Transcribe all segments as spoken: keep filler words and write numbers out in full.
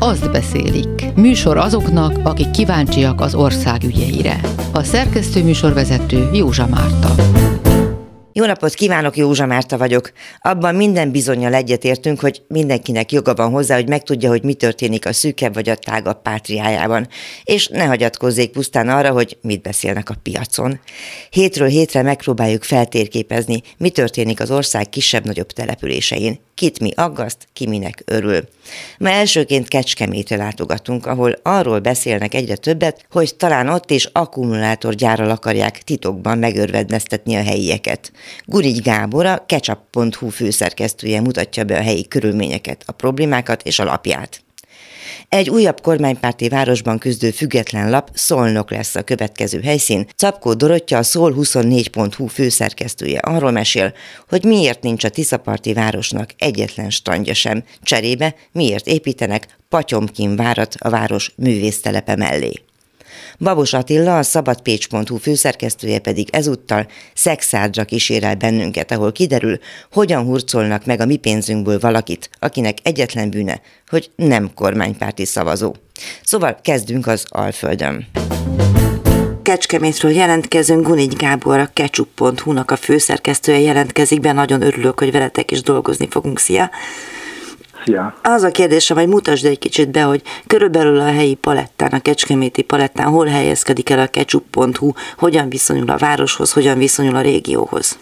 Azt beszélik. Műsor azoknak, akik kíváncsiak az ország ügyeire. A szerkesztő műsorvezető Józsa Márta. Jó napot kívánok, Józsa Márta vagyok. Abban minden bizonnyal egyetértünk, hogy mindenkinek joga van hozzá, hogy megtudja, hogy mi történik a szűkebb vagy a tágabb pátriájában, és ne hagyatkozzék pusztán arra, hogy mit beszélnek a piacon. Hétről hétre megpróbáljuk feltérképezni, mi történik az ország kisebb-nagyobb településein. Kit mi aggaszt, ki minek örül. Ma elsőként Kecskemétre látogatunk, ahol arról beszélnek egyre többet, hogy talán ott is akkumulátorgyárral akarják titokban megörvendeztetni a helyieket. Gurigy Gábor, a ketchup pont hu főszerkesztője mutatja be a helyi körülményeket, a problémákat és a lapját. Egy újabb kormánypárti városban küzdő független lap, Szolnok lesz a következő helyszín. Czapkó Dorottya, a Szól huszonnégy pont hu főszerkesztője arról mesél, hogy miért nincs a tiszaparti városnak egyetlen standja sem, cserébe miért építenek Patyomkin várat a város művésztelepe mellé. Babos Attila, a szabadpécs pont hu főszerkesztője pedig ezúttal szexárdra kísérel bennünket, ahol kiderül, hogyan hurcolnak meg a mi pénzünkből valakit, akinek egyetlen bűne, hogy nem kormánypárti szavazó. Szóval kezdünk az Alföldön. Kecskemétről jelentkezünk, Gurigy Gábor, a ketchup pont hu-nak a főszerkesztője jelentkezik be, nagyon örülök, hogy veletek is dolgozni fogunk. Szia! Szia. Az a kérdésem, hogy mutasd egy kicsit be, hogy körülbelül a helyi palettán, a kecskeméti palettán hol helyezkedik el a ketchup pont hu, hogyan viszonyul a városhoz, hogyan viszonyul a régióhoz?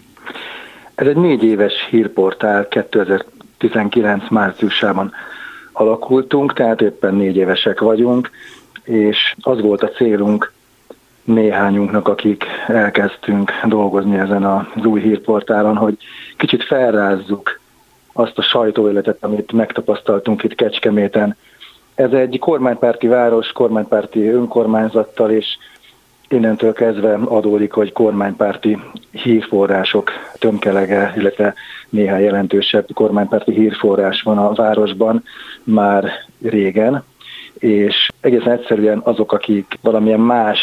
Ez egy négy éves hírportál, kétezer-tizenkilenc márciusában alakultunk, tehát éppen négy évesek vagyunk, és az volt a célunk néhányunknak, akik elkezdtünk dolgozni ezen az új hírportálon, hogy kicsit felrázzuk azt a sajtóéletet, amit megtapasztaltunk itt Kecskeméten. Ez egy kormánypárti város, kormánypárti önkormányzattal, és innentől kezdve adódik, hogy kormánypárti hírforrások tömkelege, illetve néhány jelentősebb kormánypárti hírforrás van a városban már régen, és egészen egyszerűen azok, akik valamilyen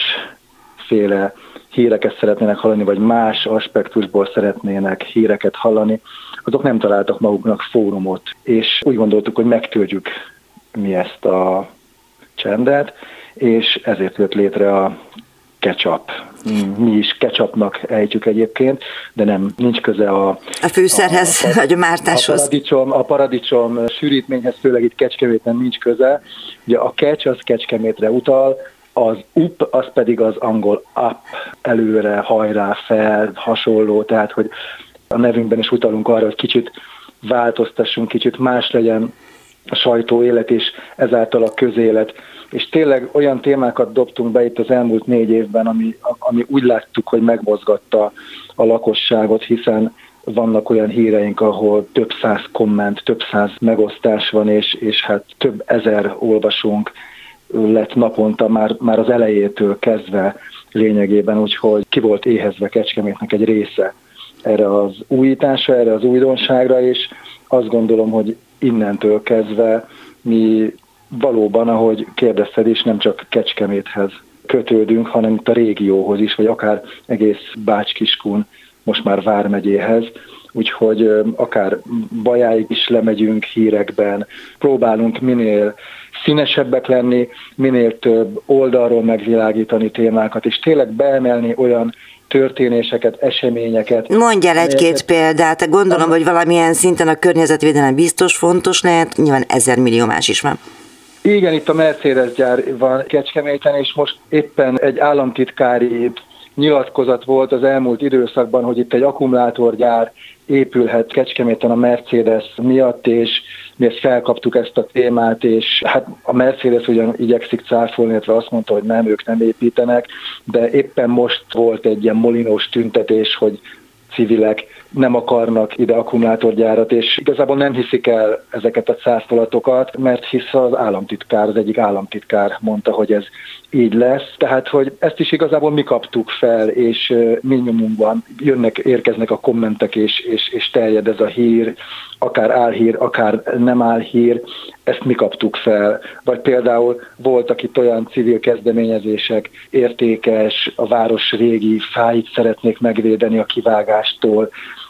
másféle híreket szeretnének hallani, vagy más aspektusból szeretnének híreket hallani, azok nem találtak maguknak fórumot, és úgy gondoltuk, hogy megtöltjük mi ezt a csendet, és ezért jött létre a ketchup. Mi is ketchupnak ejtjük egyébként, de nem, nincs köze a... A fűszerhez, a, vagy a mártáshoz. A paradicsom, a paradicsom sűrítményhez, főleg itt Kecskeméten nincs köze. Ugye a catch az Kecskemétre utal, az up, az pedig az angol up, előre, hajrá, fel, hasonló, tehát hogy a nevünkben is utalunk arra, hogy kicsit változtassunk, kicsit más legyen a sajtóélet és ezáltal a közélet. És tényleg olyan témákat dobtunk be itt az elmúlt négy évben, ami, ami úgy láttuk, hogy megmozgatta a lakosságot, hiszen vannak olyan híreink, ahol több száz komment, több száz megosztás van, és, és hát több ezer olvasónk lett naponta már, már az elejétől kezdve lényegében, úgyhogy ki volt éhezve Kecskemétnek egy része erre az újításra, erre az újdonságra, és azt gondolom, hogy innentől kezdve mi valóban, ahogy kérdezted is, nem csak Kecskeméthez kötődünk, hanem itt a régióhoz is, vagy akár egész Bács-Kiskun, most már Vármegyéhez, úgyhogy akár Bajáig is lemegyünk hírekben, próbálunk minél színesebbek lenni, minél több oldalról megvilágítani témákat, és tényleg beemelni olyan történéseket, eseményeket. Mondjál egy-két példát, gondolom, hogy valamilyen szinten a környezetvédelem biztos fontos lehet, nyilván ezer millió más is van. Igen, itt a Mercedes gyár van Kecskeméten, és most éppen egy államtitkári nyilatkozat volt az elmúlt időszakban, hogy itt egy akkumulátorgyár épülhet Kecskeméten a Mercedes miatt, és mi ezt felkaptuk ezt a témát, és hát a Mercedes ugyan igyekszik cáfolni, illetve azt mondta, hogy nem, ők nem építenek, de éppen most volt egy ilyen molinós tüntetés, hogy civilek nem akarnak ide akkumulátorgyárat, és igazából nem hiszik el ezeket a cáfolatokat, mert hisz az államtitkár, az egyik államtitkár mondta, hogy ez így lesz. Tehát, hogy ezt is igazából mi kaptuk fel, és mi nyomunkban jönnek, érkeznek a kommentek, és, és, és terjed ez a hír, akár álhír, akár nem álhír, ezt mi kaptuk fel. Vagy például voltak itt olyan civil kezdeményezések, értékes, a város régi fáit szeretnék megvédeni a kivágástól,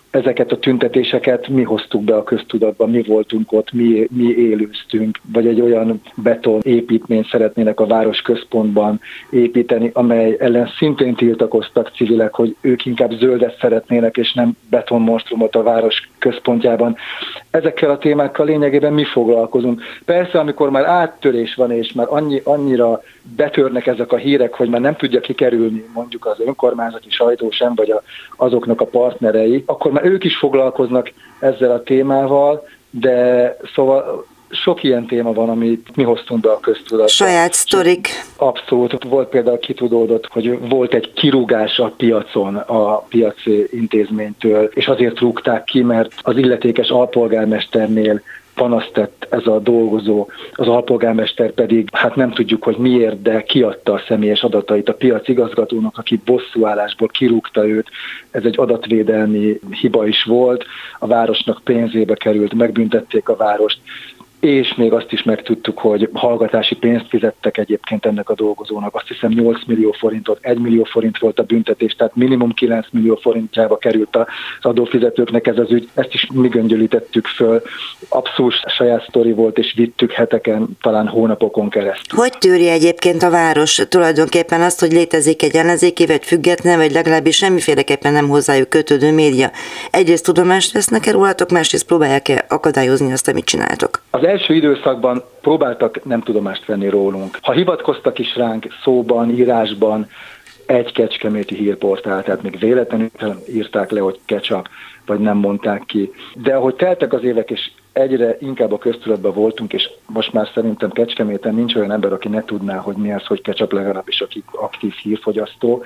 ezeket a tüntetéseket mi hoztuk be a köztudatba, mi voltunk ott, mi, mi élőztünk, vagy egy olyan beton építményt szeretnének a város központban építeni, amely ellen szintén tiltakoztak civilek, hogy ők inkább zöldet szeretnének, és nem betonmonstrumot a város központjában. Ezekkel a témákkal lényegében mi foglalkozunk. Persze, amikor már áttörés van, és már annyi, annyira betörnek ezek a hírek, hogy már nem tudja kikerülni mondjuk az önkormányzati sajtó sem, vagy a, azoknak a partnerei, akkor már ők is foglalkoznak ezzel a témával, de szóval sok ilyen téma van, amit mi hoztunk be a köztudatba. Saját sztorik. Abszolút. Volt például kitudódott, hogy volt egy kirúgás a piacon a piaci intézménytől, és azért rúgták ki, mert az illetékes alpolgármesternél panaszt tett ez a dolgozó, az alpolgármester pedig, hát nem tudjuk, hogy miért, de kiadta a személyes adatait a piac igazgatónak, aki bosszúállásból kirúgta őt. Ez egy adatvédelmi hiba is volt, a városnak pénzébe került, megbüntették a várost, és még azt is megtudtuk, hogy hallgatási pénzt fizettek egyébként ennek a dolgozónak. Azt hiszem nyolc millió forintot, egy millió forint volt a büntetés, tehát minimum kilenc millió forintjába került az adófizetőknek ez az ügy. Ezt is mi göngyölítettük föl. Abszolút saját sztori volt, és vittük heteken, talán hónapokon keresztül. Hogy tűri egyébként a város tulajdonképpen azt, hogy létezik egy ellenzéki, vagy független, vagy legalábbis semmiféleképpen nem hozzájuk kötődő média? Egyrészt tudomást vesznek-e rólatok, másrészt próbálják-e akadályozni azt, amit csináltok? Az első időszakban próbáltak nem tudomást venni rólunk. Ha hivatkoztak is ránk szóban, írásban, egy kecskeméti hírportál, tehát még véletlenül írták le, hogy ketchup, vagy nem mondták ki. De ahogy teltek az évek, és egyre inkább a köztudatban voltunk, és most már szerintem Kecskeméten nincs olyan ember, aki ne tudná, hogy mi az, hogy ketchup, legalábbis aki aktív hírfogyasztó.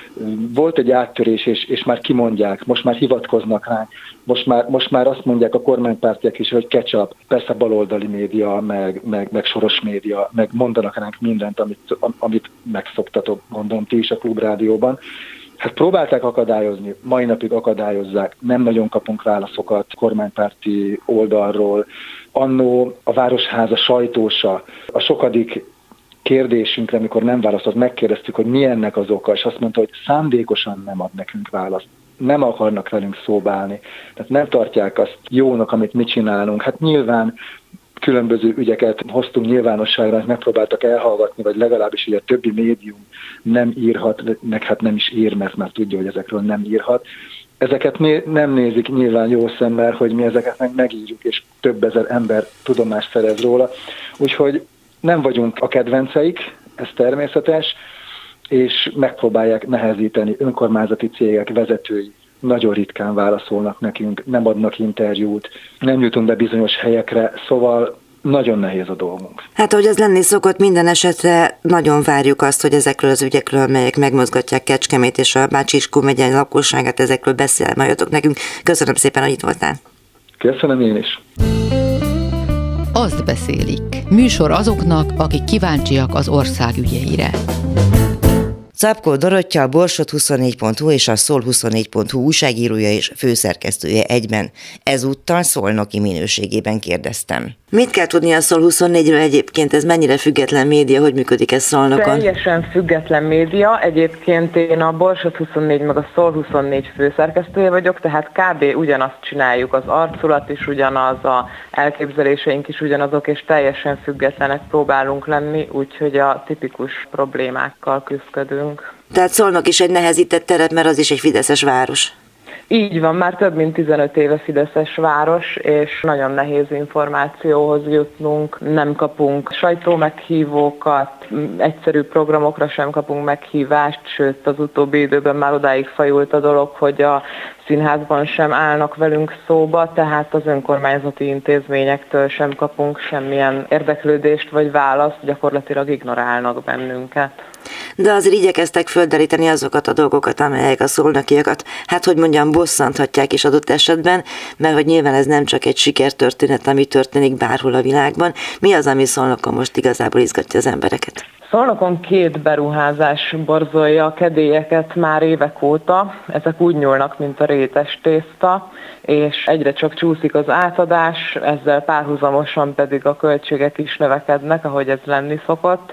Volt egy áttörés, és, és már kimondják, most már hivatkoznak ránk, most már, most már azt mondják a kormánypártiak is, hogy ketchup, persze baloldali média, meg, meg, meg soros média, meg mondanak ránk mindent, amit, amit megszoktatok, gondolom ti is a Klubrádióban. Hát próbálták akadályozni, mai napig akadályozzák, nem nagyon kapunk válaszokat kormánypárti oldalról. Annó a Városháza sajtósa, a sokadik kérdésünkre, amikor nem válaszolt, megkérdeztük, hogy mi ennek az oka, és azt mondta, hogy szándékosan nem ad nekünk választ. Nem akarnak velünk szóbálni. Tehát nem tartják azt jónak, amit mi csinálunk. Hát nyilván különböző ügyeket hoztunk nyilvánosságra, megpróbáltak elhallgatni, vagy legalábbis ugye a többi médium nem írhat, meg hát nem is ír, mert már tudja, hogy ezekről nem írhat. Ezeket nem nézik nyilván jó szemmel, hogy mi ezeket meg megírjuk, és több ezer ember tudomást szerez róla. Úgyhogy nem vagyunk a kedvenceik, ez természetes, és megpróbálják nehezíteni önkormányzati cégek vezetői. Nagyon ritkán válaszolnak nekünk, nem adnak interjút, nem jutunk be bizonyos helyekre, szóval nagyon nehéz a dolgunk. Hát ahogy ez lenni szokott, minden esetre nagyon várjuk azt, hogy ezekről az ügyekről, melyek megmozgatják Kecskemét és a Bács-Kiskun megye lakosságát, ezekről beszéljetek nekünk. Köszönöm szépen, hogy itt voltál. Köszönöm én is. Azt beszélik. Műsor azoknak, akik kíváncsiak az ország ügyeire. Szabkó Dorottya, a Borsod huszonnégy pont hu és a Szól huszonnégy pont hu újságírója és főszerkesztője egyben. Ezúttal szolnoki minőségében kérdeztem. Mit kell tudni a Szól huszonnégyről egyébként? Ez mennyire független média, hogy működik ez Szolnokon? Teljesen független média. Egyébként én a Borsod huszonnégy meg a Szól huszonnégy főszerkesztője vagyok, tehát kb. Ugyanazt csináljuk, az arculat is ugyanaz, a elképzeléseink is ugyanazok, és teljesen függetlenek próbálunk lenni, úgyhogy a tipikus problémákkal küzdködünk. Tehát Szolnok is egy nehezített terep, mert az is egy fideszes város. Így van, már több mint tizenöt éve fideszes város, és nagyon nehéz információhoz jutnunk, nem kapunk sajtómeghívókat, egyszerű programokra sem kapunk meghívást, sőt az utóbbi időben már odáig fajult a dolog, hogy a színházban sem állnak velünk szóba, tehát az önkormányzati intézményektől sem kapunk semmilyen érdeklődést vagy választ, gyakorlatilag ignorálnak bennünket. De azért igyekeztek földeríteni azokat a dolgokat, amelyek a szolnokiakat, hát hogy mondjam, bosszanthatják is adott esetben, mert hogy nyilván ez nem csak egy sikertörténet, ami történik bárhol a világban. Mi az, ami Szolnokon most igazából izgatja az embereket? Szolnokon két beruházás borzolja a kedélyeket már évek óta. Ezek úgy nyúlnak, mint a rétes tészta, és egyre csak csúszik az átadás, ezzel párhuzamosan pedig a költségek is növekednek, ahogy ez lenni szokott.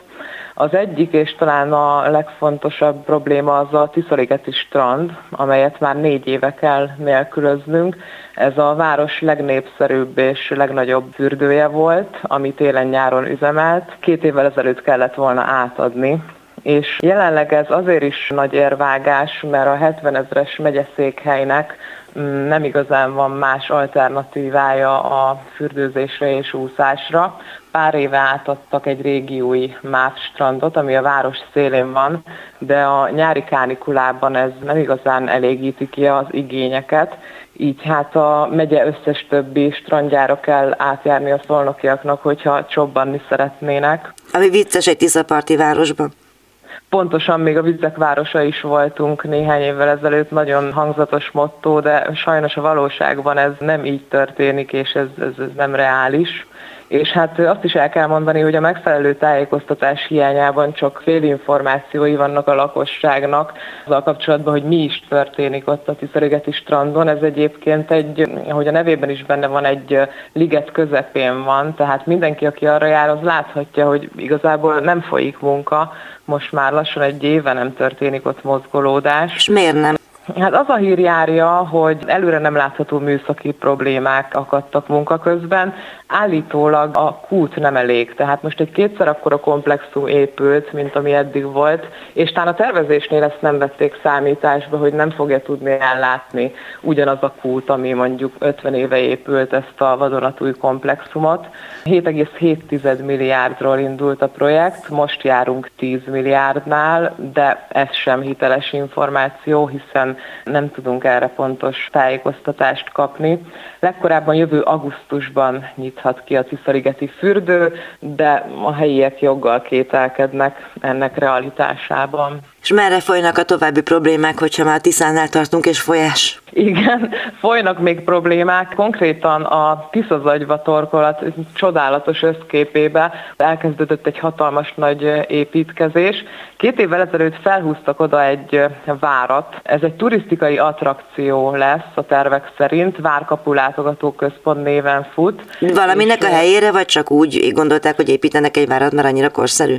Az egyik és talán a legfontosabb probléma az a Tiszalégeti strand, amelyet már négy éve kell nélkülöznünk. Ez a város legnépszerűbb és legnagyobb fürdője volt, amit télen-nyáron üzemelt. Két évvel ezelőtt kellett volna átadni. És jelenleg ez azért is nagy érvágás, mert a hetvenezres megyeszékhelynek nem igazán van más alternatívája a fürdőzésre és úszásra. Pár éve átadtak egy régi új MÁV strandot, ami a város szélén van, de a nyári kánikulában ez nem igazán elégíti ki az igényeket, így hát a megye összes többi strandjára kell átjárni a szolnokiaknak, hogyha csobbanni szeretnének. Ami vicces egy tiszaparti városban. Pontosan, még a Viccek városa is voltunk néhány évvel ezelőtt, nagyon hangzatos motto, de sajnos a valóságban ez nem így történik, és ez, ez, ez nem reális. És hát azt is el kell mondani, hogy a megfelelő tájékoztatás hiányában csak félinformációi vannak a lakosságnak azzal kapcsolatban, hogy mi is történik ott a Tiszalégeti strandon. Ez egyébként egy, ahogy a nevében is benne van, egy liget közepén van, tehát mindenki, aki arra jár, az láthatja, hogy igazából nem folyik munka, most már lassan egy éve nem történik ott mozgolódás. És miért nem? Hát az a hír járja, hogy előre nem látható műszaki problémák akadtak munka közben. Állítólag a kút nem elég, tehát most egy kétszer akkora komplexum épült, mint ami eddig volt, és talán a tervezésnél ezt nem vették számításba, hogy nem fogja tudni ellátni ugyanaz a kút, ami mondjuk ötven éve épült, ezt a vadonatúj komplexumot. hét egész hét milliárdról indult a projekt, most járunk tíz milliárdnál, de ez sem hiteles információ, hiszen nem tudunk erre pontos tájékoztatást kapni. Legkorábban jövő augusztusban nyithat ki a Tiszalégeti fürdő, de a helyiek joggal kételkednek ennek realitásában. És merre folynak a további problémák, hogyha már Tiszánál tartunk és folyás? Igen, folynak még problémák. Konkrétan a Tiszazagyva torkolat csodálatos összképébe elkezdődött egy hatalmas nagy építkezés. Két évvel ezelőtt felhúztak oda egy várat. Ez egy turisztikai attrakció lesz a tervek szerint, Várkapu látogatóközpont néven fut. Valaminek a helyére, vagy csak úgy gondolták, hogy építenek egy várat, mert annyira korszerű?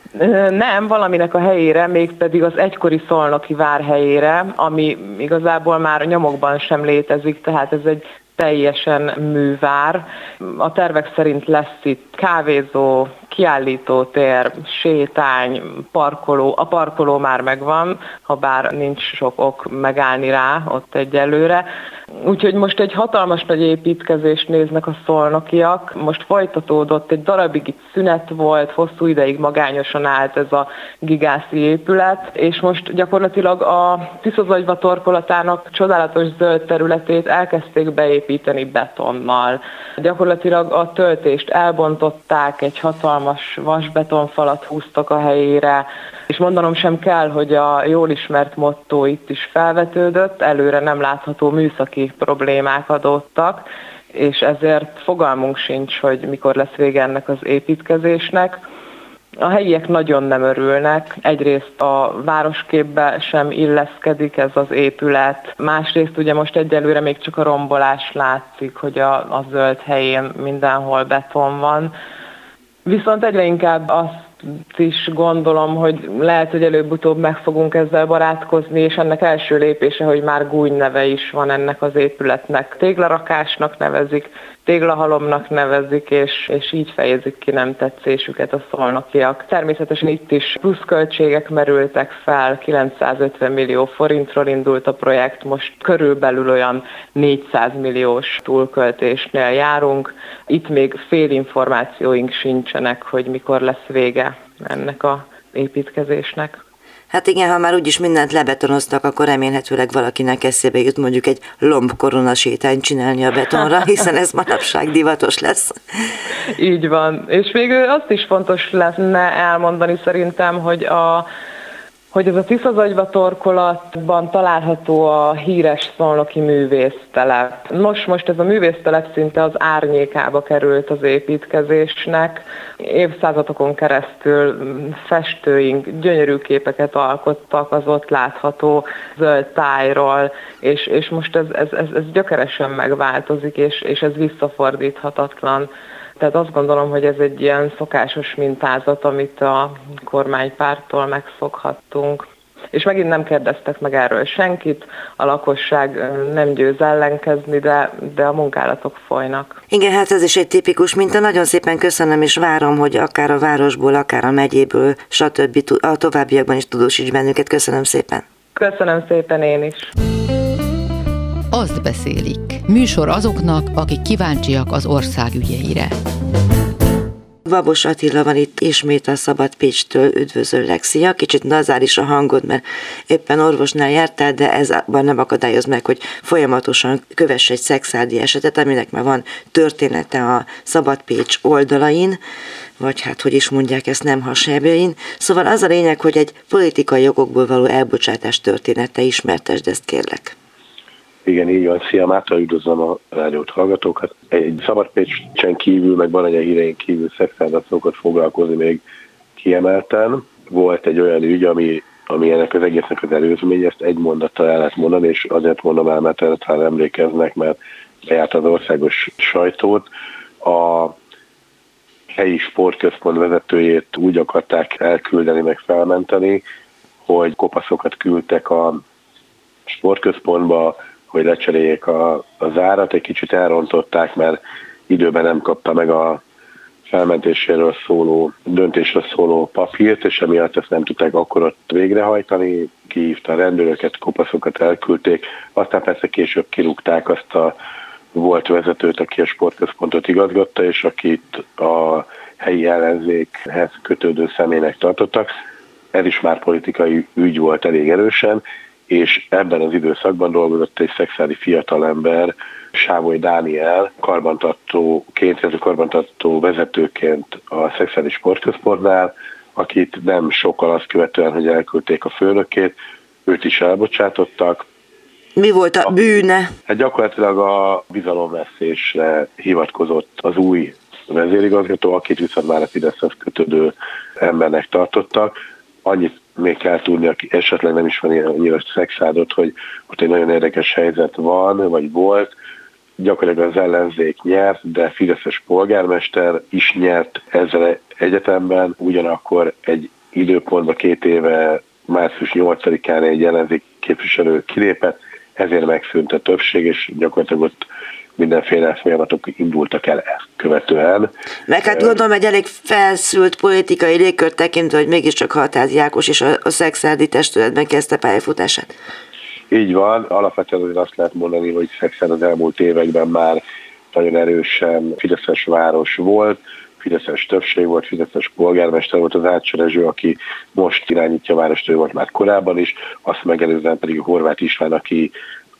Nem, valaminek a helyére, mégpedig az egykori szolnoki vár helyére, ami igazából már nyomokban sem létezik, tehát ez egy teljesen művár. A tervek szerint lesz itt kávézó, kiállítótér, sétány, parkoló. A parkoló már megvan, ha bár nincs sok ok megállni rá ott egyelőre. Úgyhogy most egy hatalmas nagy építkezést néznek a szolnokiak. Most folytatódott, egy darabig itt szünet volt, hosszú ideig magányosan állt ez a gigászi épület, és most gyakorlatilag a Tiszazagyva torkolatának csodálatos zöld területét elkezdték beépíteni betonnal. Gyakorlatilag a töltést elbontották, egy hatalmas vasbetonfalat húztak a helyére, és mondanom sem kell, hogy a jól ismert motto itt is felvetődött, előre nem látható műszaki problémák adódtak, és ezért fogalmunk sincs, hogy mikor lesz vége ennek az építkezésnek. A helyiek nagyon nem örülnek, egyrészt a városképbe sem illeszkedik ez az épület, másrészt ugye most egyelőre még csak a rombolás látszik, hogy a, a zöld helyén mindenhol beton van, viszont egyre inkább azt is gondolom, hogy lehet, hogy előbb-utóbb meg fogunk ezzel barátkozni, és ennek első lépése, hogy már gúny neve is van ennek az épületnek. Téglarakásnak nevezik, téglahalomnak nevezik, és, és így fejezik ki nem tetszésüket a szolnokiak. Természetesen itt is pluszköltségek merültek fel, kilencszázötven millió forintról indult a projekt, most körülbelül olyan négyszáz milliós túlköltésnél járunk. Itt még félinformációink sincsenek, hogy mikor lesz vége ennek az építkezésnek. Hát igen, ha már úgyis mindent lebetonoztak, akkor remélhetőleg valakinek eszébe jut mondjuk egy lombkorona sétányt csinálni a betonra, hiszen ez manapság divatos lesz. Így van. És végül azt is fontos lenne elmondani szerintem, hogy a hogy ez a Tiszazagyva torkolatban található a híres szolnoki művésztelep. Nos, most ez a művésztelep szinte az árnyékába került az építkezésnek. Évszázadokon keresztül festőink gyönyörű képeket alkottak az ott látható zöld tájról, és, és most ez, ez, ez, ez gyökeresen megváltozik, és, és ez visszafordíthatatlan. Tehát azt gondolom, hogy ez egy ilyen szokásos mintázat, amit a kormánypárttól megszokhattunk. És megint nem kérdeztek meg erről senkit, a lakosság nem győz ellenkezni, de, de a munkálatok folynak. Igen, hát ez is egy tipikus minta. Nagyon szépen köszönöm, és várom, hogy akár a városból, akár a megyéből, stb. A továbbiakban is tudósíts bennünket. Köszönöm szépen. Köszönöm szépen én is. Azt beszélik. Műsor azoknak, akik kíváncsiak az ország ügyeire. Babos Attila van itt ismét a Szabad Pécstől, üdvözöllek, szia! Kicsit nazális a hangod, mert éppen orvosnál jártál, de ez abban nem akadályoz meg, hogy folyamatosan kövess egy szexárdi esetet, aminek már van története a Szabad Pécs oldalain, vagy hát, hogy is mondják ezt, nem hasebjein. Szóval az a lényeg, hogy egy politikai jogokból való elbocsátás története, ismertesd ezt, kérlek. Igen, így van. Szia, Márta, üdvözlöm a rádiót hallgatókat. Egy Szabad Pécsen kívül, meg Baranya hírein kívül szexárdatokat foglalkozni még kiemelten. Volt egy olyan ügy, ami, ami ennek az egésznek az előzmény, ezt egy mondattal el lehet mondani, és azért mondom el, mert erre talán emlékeznek, mert bejárt az országos sajtót. A helyi sportközpont vezetőjét úgy akarták elküldeni, meg felmenteni, hogy kopaszokat küldtek a sportközpontba, hogy lecseréljék a, az árat, egy kicsit elrontották, mert időben nem kapta meg a felmentéséről szóló, döntésről szóló papírt, és emiatt ezt nem tudták akkor ott végrehajtani, kihívta a rendőröket, kopaszokat elküldték, aztán persze később kirúgták azt a volt vezetőt, aki a sportközpontot igazgatta, és akit a helyi ellenzékhez kötődő személynek tartottak. Ez is már politikai ügy volt elég erősen, és ebben az időszakban dolgozott egy szexádi fiatalember, Sávoly Dániel, karbantartóként, ez a karbantartó vezetőként a szexádi sportközpontnál, akit nem sokkal azt követően, hogy elküldték a főnökét, őt is elbocsátottak. Mi volt a bűne? Hát gyakorlatilag a bizalomvesztésre hivatkozott az új vezérigazgató, akit viszont már a Fideszhez kötődő embernek tartottak. Annyit még kell tudni, aki esetleg nem ismeri annyira szexádot, hogy ott egy nagyon érdekes helyzet van, vagy volt. Gyakorlatilag az ellenzék nyert, de fideszes polgármester is nyert ezzel egyetemben. Ugyanakkor egy időpontban két éve, március nyolcadikán egy ellenzék képviselő kilépett, ezért megszűnt a többség, és gyakorlatilag ott mindenféle folyamatok indultak el ezt követően. Meg hát gondolom, egy elég felszült politikai légkört tekintve, hogy mégiscsak Hatházi Ákos is a, a szexárdi testületben kezdte pályafutását. Így van, alapvetően azért azt lehet mondani, hogy Szexárd az elmúlt években már nagyon erősen fideszes város volt, fideszes többség volt, fideszes polgármester volt az Ács Rezső, aki most irányítja a várost, ő volt már korábban is, azt megelőzően pedig a Horváth István, aki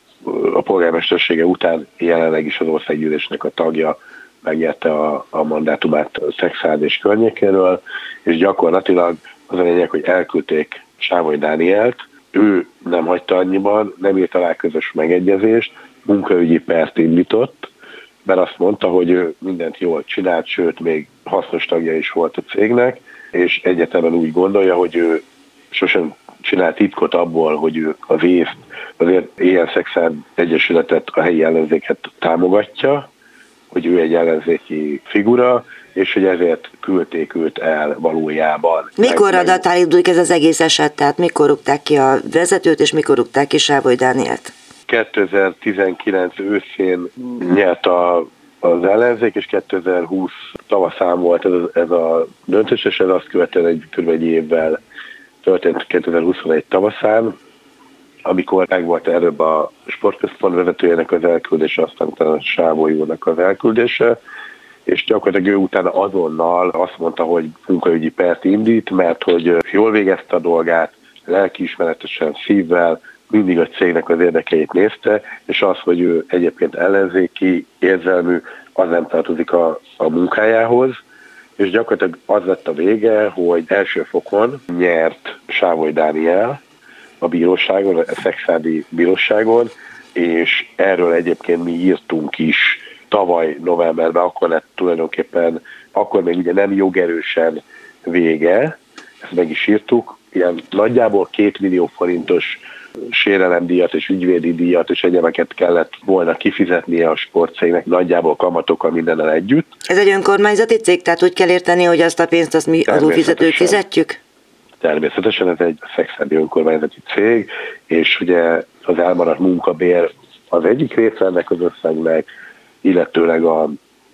a polgármestersége után jelenleg is az országgyűlésnek a tagja, megnyerte a, a mandátumát Szexárd és környékéről, és gyakorlatilag az a lényeg, hogy elküldték Sávoly Dánielt, ő nem hagyta annyiban, nem írt alá közös megegyezést, munkaügyi pert indított, mert azt mondta, hogy ő mindent jól csinált, sőt, még hasznos tagja is volt a cégnek, és egyetemen úgy gondolja, hogy ő sosem csinált titkot abból, hogy ő az észt, azért ilyen Szexárd Egyesületet, a helyi ellenzéket támogatja, hogy ő egy ellenzéki figura, és hogy ezért küldték őt el valójában. Mikor adatállik ez az egész eset? Tehát mikor rúgták ki a vezetőt, és mikor rúgták ki Sávoly Dánielt? kétezer-tizenkilenc őszén nyert a, az ellenzék, és kétezer-húsz tavaszán volt ez, ez a döntés, és ez azt követően egy kb. egy évvel történt kétezer-huszonegy tavaszán, amikor meg volt előbb a sportközpont vezetőjének az elküldése, aztán utána a Sávoly úrnak az elküldése, és gyakorlatilag ő utána azonnal azt mondta, hogy munkaügyi pert indít, mert hogy jól végezte a dolgát, lelkiismeretesen, szívvel, mindig a cégnek az érdekeit nézte, és az, hogy ő egyébként ellenzéki érzelmű, az nem tartozik a, a munkájához, és gyakorlatilag az lett a vége, hogy első fokon nyert Sávoly Dániel a bíróságon, a szexárdi bíróságon, és erről egyébként mi írtunk is tavaly novemberben, akkor lett tulajdonképpen, akkor még ugye nem jogerősen vége, ezt meg is írtuk, ilyen nagyjából két millió forintos sérelemdíjat és ügyvédi díjat és egyebeket kellett volna kifizetnie a sportcégnek, nagyjából kamatokkal mindennel együtt. Ez egy önkormányzati cég, tehát úgy kell érteni, hogy azt a pénzt azt mi adófizetők fizetjük? Természetesen ez egy szexádi önkormányzati cég, és ugye az elmaradt munkabér az egyik része ennek az összegnek, illetőleg a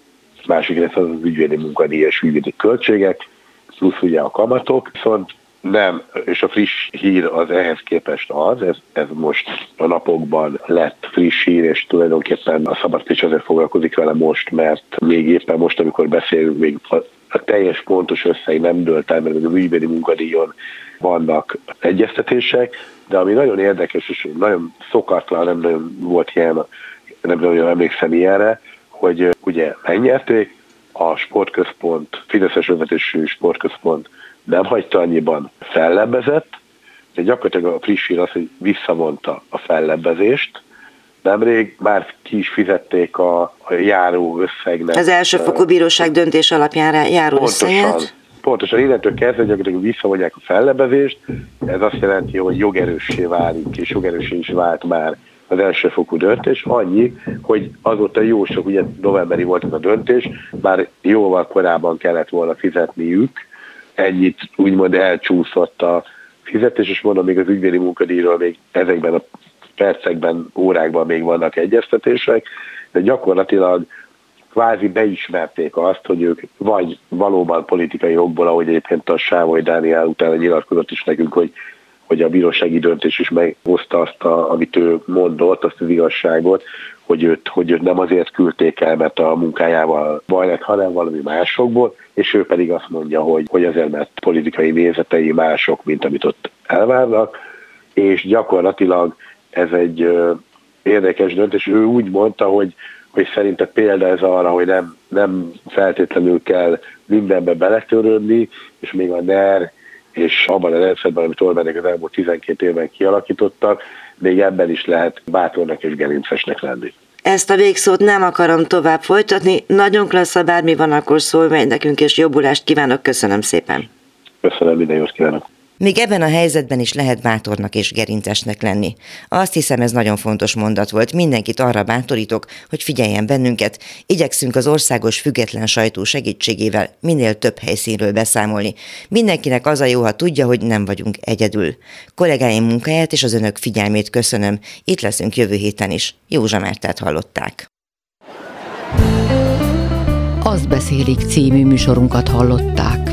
másik része az, az ügyvédi munkadíj és ügyvédi költségek, plusz ugye a kamatok, viszont nem, és a friss hír az ehhez képest az, ez, ez most a napokban lett friss hír, és tulajdonképpen a Szabad Pécs azért foglalkozik vele most, mert még éppen most, amikor beszélünk, még a, a teljes pontos összeg nem dőlt el, mert az ügyvédi munkadíjon vannak egyeztetések, de ami nagyon érdekes, és nagyon szokatlan, nem nagyon volt ilyen, nem nagyon emlékszem ilyenre, hogy ugye megnyerték, a sportközpont, Fideszes vezetésű sportközpont nem hagyta annyiban, fellebbezett, de gyakorlatilag a friss hír az, hogy visszavonta a fellebbezést. Nemrég már ki is fizették a, a járó összegnek. Az elsőfokú bíróság döntés alapján járó összeget. Pontosan, innentől kezdve gyakorlatilag visszavonják a fellebbezést, ez azt jelenti, hogy jogerőssé válik, és jogerőssé is vált már az elsőfokú döntés, annyi, hogy azóta jó sok, ugye novemberi volt ez a döntés, már jóval korábban kellett volna fizetniük, ennyit úgymond elcsúszott a fizetés, és mondom, még az ügyvédi munkadíjról még ezekben a percekben, órákban még vannak egyeztetések, de gyakorlatilag kvázi beismerték azt, hogy ők vagy valóban politikai okból, ahogy egyébként a Sávoly Dániel utána nyilatkozott is nekünk, hogy, hogy a bírósági döntés is meghozta azt, a, amit ő mondott, azt az igazságot, hogy őt, hogy őt nem azért küldték el, mert a munkájával baj lett, hanem valami másokból, és ő pedig azt mondja, hogy, hogy azért, mert politikai nézetei mások, mint amit ott elvárnak, és gyakorlatilag ez egy ö, érdekes döntés. Ő úgy mondta, hogy, hogy szerinte példa ez arra, hogy nem, nem feltétlenül kell mindenbe beletörődni, és még a NER és abban a rendszerben, amit Orbánék az elmúlt tizenkét évben kialakítottak, még ebben is lehet bátornak és gerincesnek lenni. Ezt a végszót nem akarom tovább folytatni. Nagyon klassz, ha bármi van, akkor szólj meg nekünk, és jobbulást kívánok. Köszönöm szépen. Köszönöm, minden jót kívánok. Még ebben a helyzetben is lehet bátornak és gerincesnek lenni. Azt hiszem, ez nagyon fontos mondat volt. Mindenkit arra bátorítok, hogy figyeljen bennünket. Igyekszünk az országos független sajtó segítségével minél több helyszínről beszámolni. Mindenkinek az a jó, ha tudja, hogy nem vagyunk egyedül. Kollégáim munkáját és az önök figyelmét köszönöm. Itt leszünk jövő héten is. Józsa Mártát hallották. Azt beszélik című műsorunkat hallották.